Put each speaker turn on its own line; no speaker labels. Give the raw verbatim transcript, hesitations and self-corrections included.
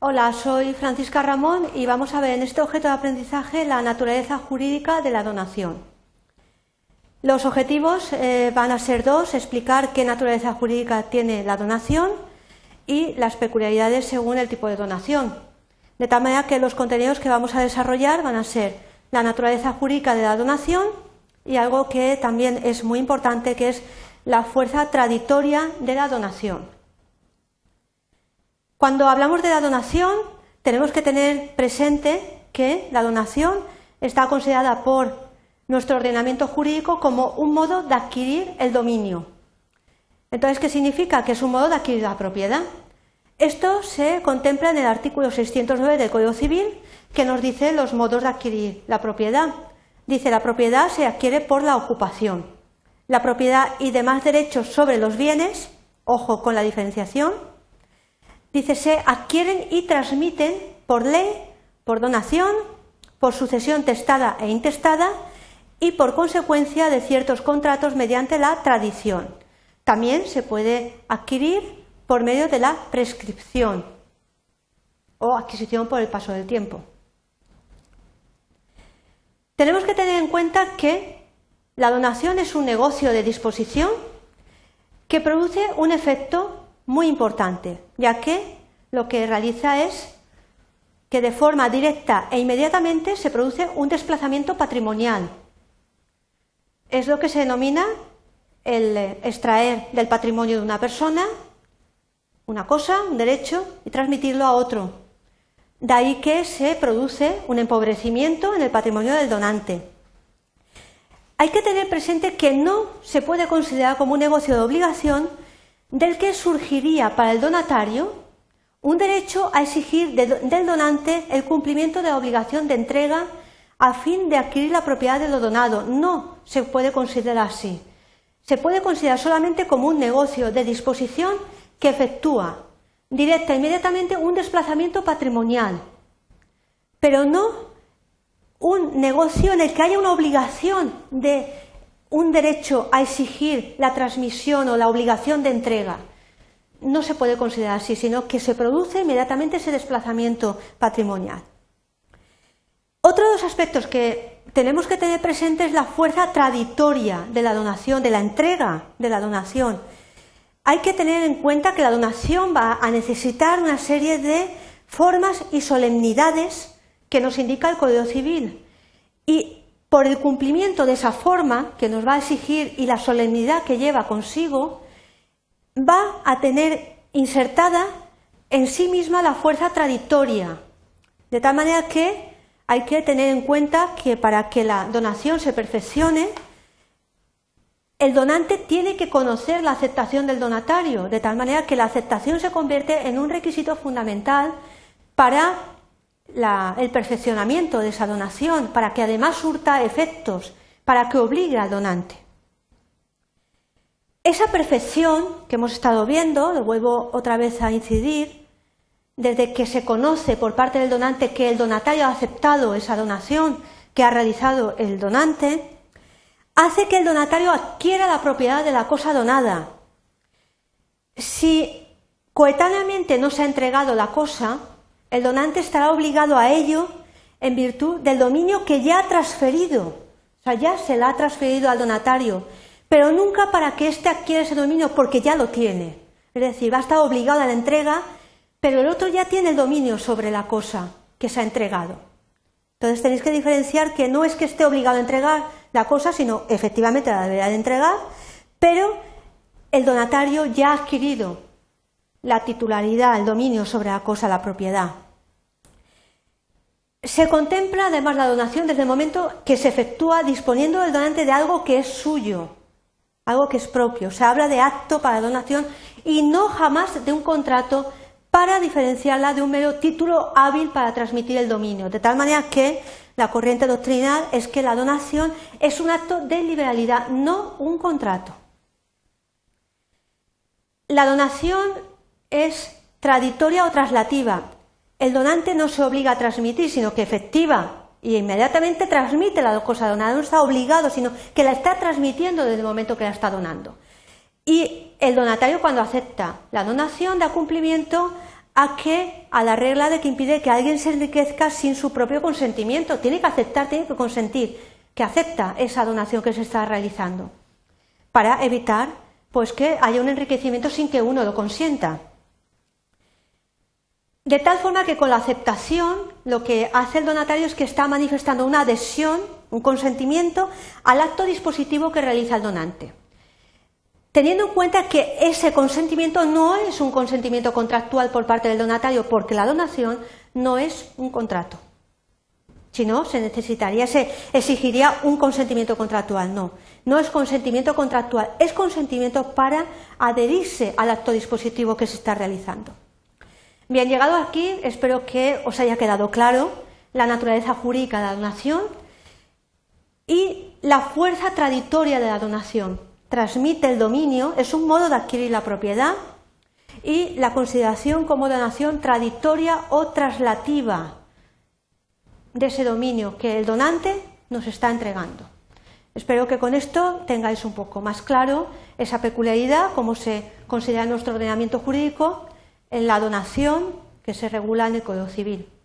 Hola, soy Francisca Ramón y vamos a ver en este objeto de aprendizaje la naturaleza jurídica de la donación. Los objetivos eh, van a ser dos: explicar qué naturaleza jurídica tiene la donación y las peculiaridades según el tipo de donación. De tal manera que los contenidos que vamos a desarrollar van a ser la naturaleza jurídica de la donación y algo que también es muy importante, que es la fuerza traditoria de la donación. Cuando hablamos de la donación, tenemos que tener presente que la donación está considerada por nuestro ordenamiento jurídico como un modo de adquirir el dominio. Entonces, ¿qué significa? Que es un modo de adquirir la propiedad. Esto se contempla en el artículo seiscientos nueve del Código Civil, que nos dice los modos de adquirir la propiedad. Dice: la propiedad se adquiere por la ocupación. La propiedad y demás derechos sobre los bienes, ojo con la diferenciación, dice, se adquieren y transmiten por ley, por donación, por sucesión testada e intestada y por consecuencia de ciertos contratos mediante la tradición. También se puede adquirir por medio de la prescripción o adquisición por el paso del tiempo. Tenemos que tener en cuenta que la donación es un negocio de disposición que produce un efecto muy importante, ya que lo que realiza es que de forma directa e inmediatamente se produce un desplazamiento patrimonial. Es lo que se denomina el extraer del patrimonio de una persona una cosa, un derecho, y transmitirlo a otro. De ahí que se produce un empobrecimiento en el patrimonio del donante. Hay que tener presente que no se puede considerar como un negocio de obligación del que surgiría para el donatario un derecho a exigir de, del donante el cumplimiento de la obligación de entrega a fin de adquirir la propiedad de lo donado. No se puede considerar así. Se puede considerar solamente como un negocio de disposición que efectúa directa e inmediatamente un desplazamiento patrimonial, pero no un negocio en el que haya una obligación de un derecho a exigir la transmisión o la obligación de entrega. No se puede considerar así, sino que se produce inmediatamente ese desplazamiento patrimonial. Otro de los aspectos que tenemos que tener presente es la fuerza traditoria de la donación, de la entrega de la donación. Hay que tener en cuenta que la donación va a necesitar una serie de formas y solemnidades que nos indica el Código Civil. Y por el cumplimiento de esa forma que nos va a exigir y la solemnidad que lleva consigo, va a tener insertada en sí misma la fuerza traditoria. De tal manera que hay que tener en cuenta que para que la donación se perfeccione, el donante tiene que conocer la aceptación del donatario, de tal manera que la aceptación se convierte en un requisito fundamental para la, el perfeccionamiento de esa donación, para que además surta efectos, para que obligue al donante. Esa perfección que hemos estado viendo, lo vuelvo otra vez a incidir, desde que se conoce por parte del donante que el donatario ha aceptado esa donación que ha realizado el donante, hace que el donatario adquiera la propiedad de la cosa donada. Si coetáneamente no se ha entregado la cosa, el donante estará obligado a ello en virtud del dominio que ya ha transferido. O sea, ya se la ha transferido al donatario, pero nunca para que éste adquiera ese dominio porque ya lo tiene. Es decir, va a estar obligado a la entrega, pero el otro ya tiene el dominio sobre la cosa que se ha entregado. Entonces tenéis que diferenciar que no es que esté obligado a entregar la cosa, sino efectivamente la deberá de entregar, pero el donatario ya ha adquirido la titularidad, el dominio sobre la cosa, la propiedad. Se contempla además la donación desde el momento que se efectúa disponiendo del donante de algo que es suyo, algo que es propio. Se habla de acto para donación y no jamás de un contrato para diferenciarla de un mero título hábil para transmitir el dominio, de tal manera que la corriente doctrinal es que la donación es un acto de liberalidad, no un contrato. La donación es traditoria o traslativa. El donante no se obliga a transmitir, sino que efectiva y inmediatamente transmite la cosa donada, no está obligado, sino que la está transmitiendo desde el momento que la está donando. Y el donatario, cuando acepta la donación, da cumplimiento a que a la regla de que impide que alguien se enriquezca sin su propio consentimiento. Tiene que aceptar, tiene que consentir, que acepta esa donación que se está realizando, para evitar pues que haya un enriquecimiento sin que uno lo consienta. De tal forma que con la aceptación lo que hace el donatario es que está manifestando una adhesión, un consentimiento al acto dispositivo que realiza el donante, teniendo en cuenta que ese consentimiento no es un consentimiento contractual por parte del donatario, porque la donación no es un contrato. Si no, se necesitaría, se exigiría un consentimiento contractual. No, no es consentimiento contractual, es consentimiento para adherirse al acto dispositivo que se está realizando. Bien, llegado aquí, espero que os haya quedado claro la naturaleza jurídica de la donación y la fuerza traditoria de la donación. Transmite el dominio, es un modo de adquirir la propiedad, y la consideración como donación traditoria o traslativa de ese dominio que el donante nos está entregando. Espero que con esto tengáis un poco más claro esa peculiaridad, cómo se considera en nuestro ordenamiento jurídico en la donación que se regula en el Código Civil.